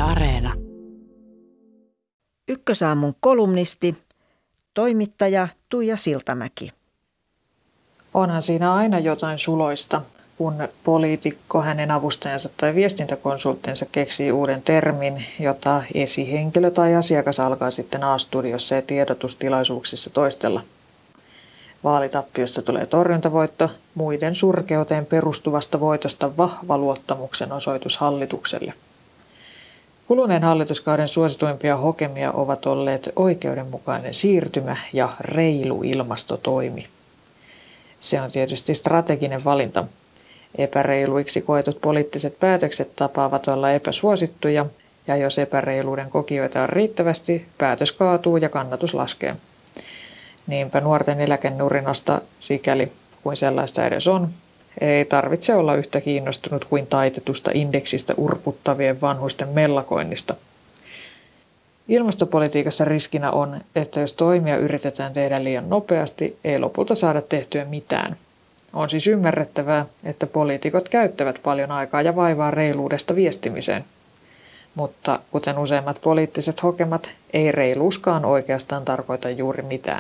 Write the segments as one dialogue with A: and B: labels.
A: Areena.
B: Ykkösaamun kolumnisti, toimittaja Tuija Siltamäki.
C: Onhan siinä aina jotain suloista, kun poliitikko, hänen avustajansa tai viestintäkonsulttinsa keksii uuden termin, jota esihenkilö tai asiakas alkaa sitten A-studiossa ja tiedotustilaisuuksissa toistella. Vaalitappiosta tulee torjuntavoitto, muiden surkeuteen perustuvasta voitosta vahva luottamuksen osoitus hallitukselle. Kuluneen hallituskauden suosituimpia hokemia ovat olleet oikeudenmukainen siirtymä ja reilu ilmastotoimi. Se on tietysti strateginen valinta. Epäreiluiksi koetut poliittiset päätökset tapaavat olla epäsuosittuja, ja jos epäreiluuden kokijoita on riittävästi, päätös kaatuu ja kannatus laskee. Niinpä nuorten eläkenurinasta, sikäli kuin sellaista edes on, ei tarvitse olla yhtä kiinnostunut kuin taitetusta indeksistä urputtavien vanhusten mellakoinnista. Ilmastopolitiikassa riskinä on, että jos toimia yritetään tehdä liian nopeasti, ei lopulta saada tehtyä mitään. On siis ymmärrettävää, että poliitikot käyttävät paljon aikaa ja vaivaa reiluudesta viestimiseen. Mutta kuten useimmat poliittiset hokemat, ei reiluuskaan oikeastaan tarkoita juuri mitään.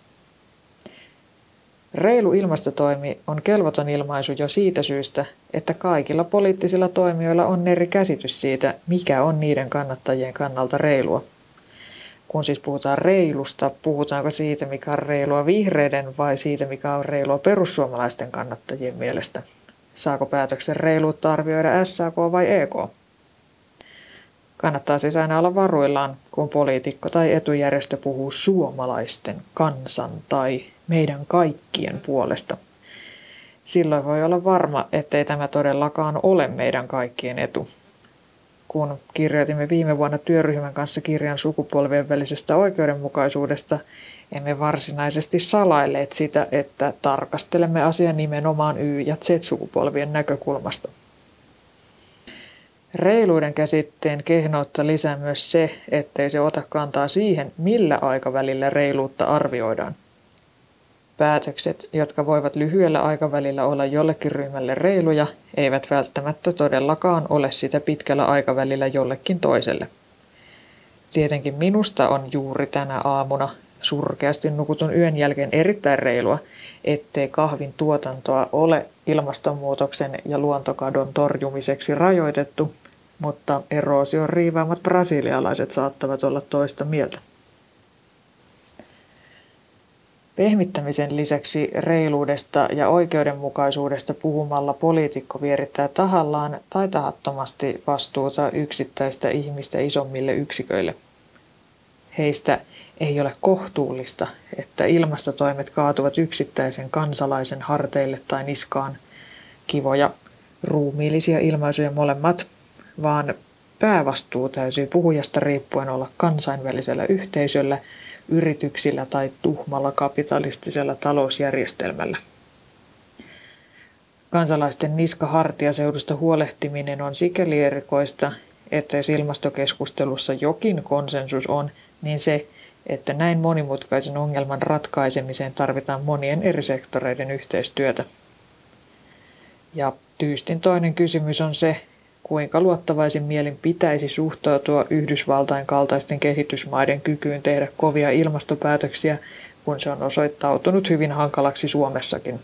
C: Reilu ilmastotoimi on kelvoton ilmaisu jo siitä syystä, että kaikilla poliittisilla toimijoilla on eri käsitys siitä, mikä on niiden kannattajien kannalta reilua. Kun siis puhutaan reilusta, puhutaanko siitä, mikä on reilua vihreiden vai siitä, mikä on reilua perussuomalaisten kannattajien mielestä? Saako päätöksen reiluutta arvioida SAK vai EK? Kannattaa siis aina olla varuillaan, kun poliitikko tai etujärjestö puhuu suomalaisten, kansan tai meidän kaikkien puolesta. Silloin voi olla varma, ettei tämä todellakaan ole meidän kaikkien etu. Kun kirjoitimme viime vuonna työryhmän kanssa kirjan sukupolvien välisestä oikeudenmukaisuudesta, emme varsinaisesti salailleet sitä, että tarkastelemme asian nimenomaan Y- ja Z-sukupolvien näkökulmasta. Reiluuden käsitteen kehnoutta lisää myös se, ettei se ota kantaa siihen, millä aikavälillä reiluutta arvioidaan. Päätökset, jotka voivat lyhyellä aikavälillä olla jollekin ryhmälle reiluja, eivät välttämättä todellakaan ole sitä pitkällä aikavälillä jollekin toiselle. Tietenkin minusta on juuri tänä aamuna surkeasti nukutun yön jälkeen erittäin reilua, ettei kahvin tuotantoa ole ilmastonmuutoksen ja luontokadon torjumiseksi rajoitettu, mutta eroosion riivaamat brasilialaiset saattavat olla toista mieltä. Pehmittämisen lisäksi reiluudesta ja oikeudenmukaisuudesta puhumalla poliitikko vierittää tahallaan tai tahattomasti vastuuta yksittäistä ihmistä isommille yksiköille. Heistä ei ole kohtuullista, että ilmastotoimet kaatuvat yksittäisen kansalaisen harteille tai niskaan. Kivoja, ruumiillisia ilmaisuja molemmat, vaan päävastuu täytyy puhujasta riippuen olla kansainvälisellä yhteisöllä, yrityksillä tai tuhmalla kapitalistisella talousjärjestelmällä. Kansalaisten niskahartiaseudusta huolehtiminen on sikäli erikoista, että jos ilmastokeskustelussa jokin konsensus on, niin se, että näin monimutkaisen ongelman ratkaisemiseen tarvitaan monien eri sektoreiden yhteistyötä. Ja tyystin toinen kysymys on se, kuinka luottavaisin mielin pitäisi suhtautua Yhdysvaltain kaltaisten kehitysmaiden kykyyn tehdä kovia ilmastopäätöksiä, kun se on osoittautunut hyvin hankalaksi Suomessakin.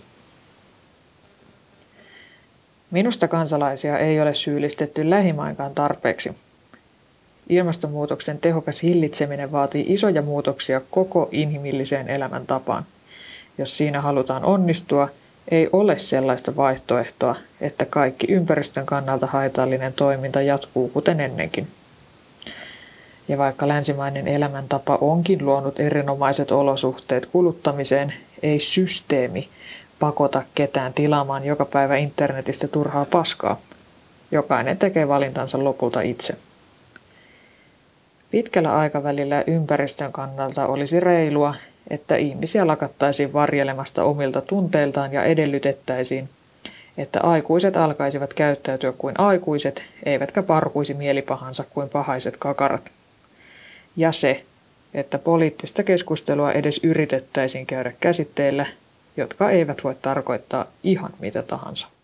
C: Minusta kansalaisia ei ole syyllistetty lähimainkaan tarpeeksi. Ilmastonmuutoksen tehokas hillitseminen vaatii isoja muutoksia koko inhimilliseen elämäntapaan. Jos siinä halutaan onnistua, ei ole sellaista vaihtoehtoa, että kaikki ympäristön kannalta haitallinen toiminta jatkuu kuten ennenkin. Ja vaikka länsimainen elämäntapa onkin luonut erinomaiset olosuhteet kuluttamiseen, ei systeemi pakota ketään tilaamaan joka päivä internetistä turhaa paskaa. Jokainen tekee valintansa lopulta itse. Pitkällä aikavälillä ympäristön kannalta olisi reilua, että ihmisiä lakattaisiin varjelemasta omilta tunteiltaan ja edellytettäisiin, että aikuiset alkaisivat käyttäytyä kuin aikuiset, eivätkä parkuisi mielipahansa kuin pahaiset kakarat. Ja se, että poliittista keskustelua edes yritettäisiin käydä käsitteillä, jotka eivät voi tarkoittaa ihan mitä tahansa.